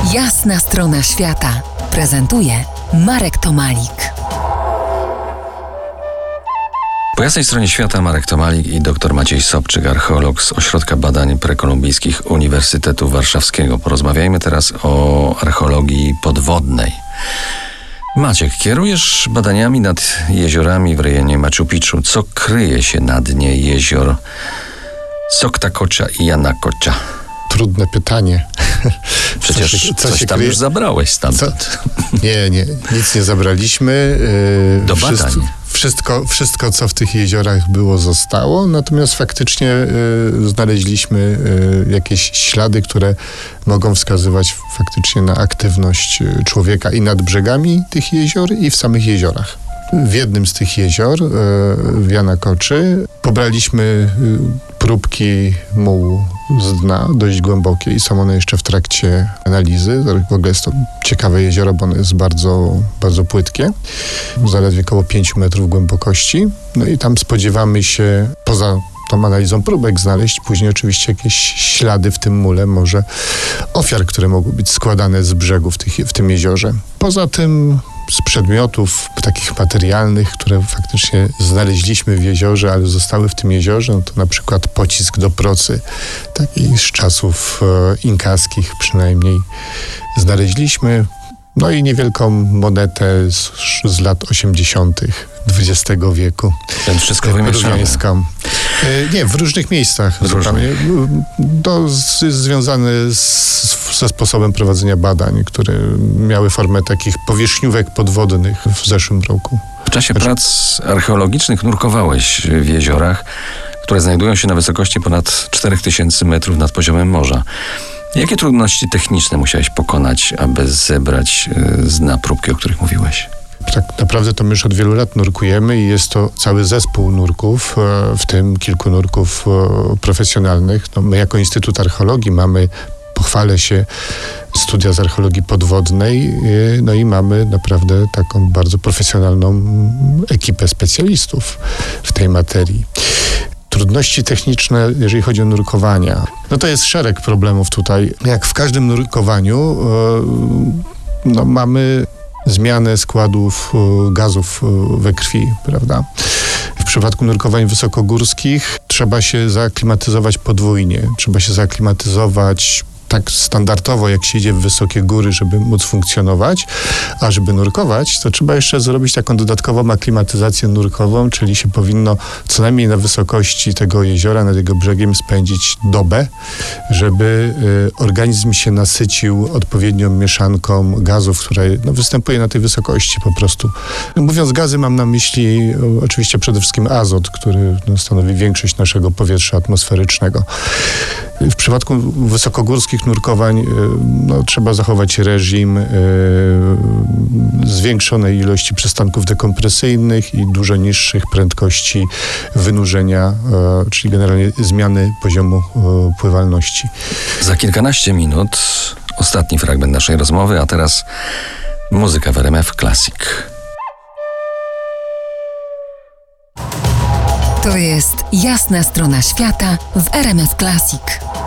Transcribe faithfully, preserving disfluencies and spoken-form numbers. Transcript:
Jasna strona świata prezentuje Marek Tomalik. Po jasnej stronie świata Marek Tomalik i dr Maciej Sobczyk, archeolog z Ośrodka Badań Prekolumbijskich Uniwersytetu Warszawskiego. Porozmawiajmy teraz o archeologii podwodnej. Maciek, kierujesz badaniami nad jeziorami w rejonie Machu Picchu. Co kryje się na dnie jezior Soctacocha i Yanacocha? Trudne pytanie. Przecież co się, co coś się tam kryje? Już zabrałeś stamtąd. Co? Nie, nie, nic nie zabraliśmy. Yy, Do badań. Wszystko, wszystko, wszystko, co w tych jeziorach było, zostało. Natomiast faktycznie yy, znaleźliśmy yy, jakieś ślady, które mogą wskazywać faktycznie na aktywność człowieka i nad brzegami tych jezior, i w samych jeziorach. W jednym z tych jezior, w Yanacoczy, pobraliśmy próbki mułu z dna, dość głębokie, i są one jeszcze w trakcie analizy. W ogóle jest to ciekawe jezioro, bo ono jest bardzo, bardzo płytkie, zaledwie około pięciu metrów głębokości. No i tam spodziewamy się, poza tą analizą próbek, znaleźć później oczywiście jakieś ślady w tym mule, może ofiar, które mogły być składane z brzegu w, tych, w tym jeziorze. Poza tym z przedmiotów takich materialnych, które faktycznie znaleźliśmy w jeziorze, ale zostały w tym jeziorze, no to na przykład pocisk do procy, taki z czasów e, inkaskich przynajmniej znaleźliśmy. No i niewielką monetę z, z lat osiemdziesiątych dwudziestego wieku. Więc wszystko wymieszane. E, nie, w różnych miejscach. W różnych. To z, związane z, ze sposobem prowadzenia badań, które miały formę takich powierzchniówek podwodnych w zeszłym roku. W czasie znaczy... prac archeologicznych nurkowałeś w jeziorach, które znajdują się na wysokości ponad cztery tysiące metrów nad poziomem morza. Jakie trudności techniczne musiałeś pokonać, aby zebrać z dna próbki, o których mówiłeś? Tak naprawdę to my już od wielu lat nurkujemy i jest to cały zespół nurków, w tym kilku nurków profesjonalnych. No, my jako Instytut Archeologii mamy, pochwalę się, studia z archeologii podwodnej, no i mamy naprawdę taką bardzo profesjonalną ekipę specjalistów w tej materii. Trudności techniczne, jeżeli chodzi o nurkowania, no to jest szereg problemów tutaj. Jak w każdym nurkowaniu, no mamy zmianę składów gazów we krwi, prawda? W przypadku nurkowań wysokogórskich trzeba się zaaklimatyzować podwójnie. Trzeba się zaaklimatyzować tak standardowo, jak się idzie w wysokie góry, żeby móc funkcjonować, a żeby nurkować, to trzeba jeszcze zrobić taką dodatkową aklimatyzację nurkową, czyli się powinno co najmniej na wysokości tego jeziora, nad jego brzegiem spędzić dobę, żeby y, organizm się nasycił odpowiednią mieszanką gazów, które no, występuje na tej wysokości po prostu. Mówiąc gazy, mam na myśli o, oczywiście przede wszystkim azot, który no, stanowi większość naszego powietrza atmosferycznego. W przypadku wysokogórskich nurkowań no, trzeba zachować reżim y, zwiększonej ilości przystanków dekompresyjnych i dużo niższych prędkości wynurzenia, y, czyli generalnie zmiany poziomu y, pływalności. Za kilkanaście minut ostatni fragment naszej rozmowy, a teraz muzyka w R M F Classic. To jest Jasna strona świata w R M F Classic.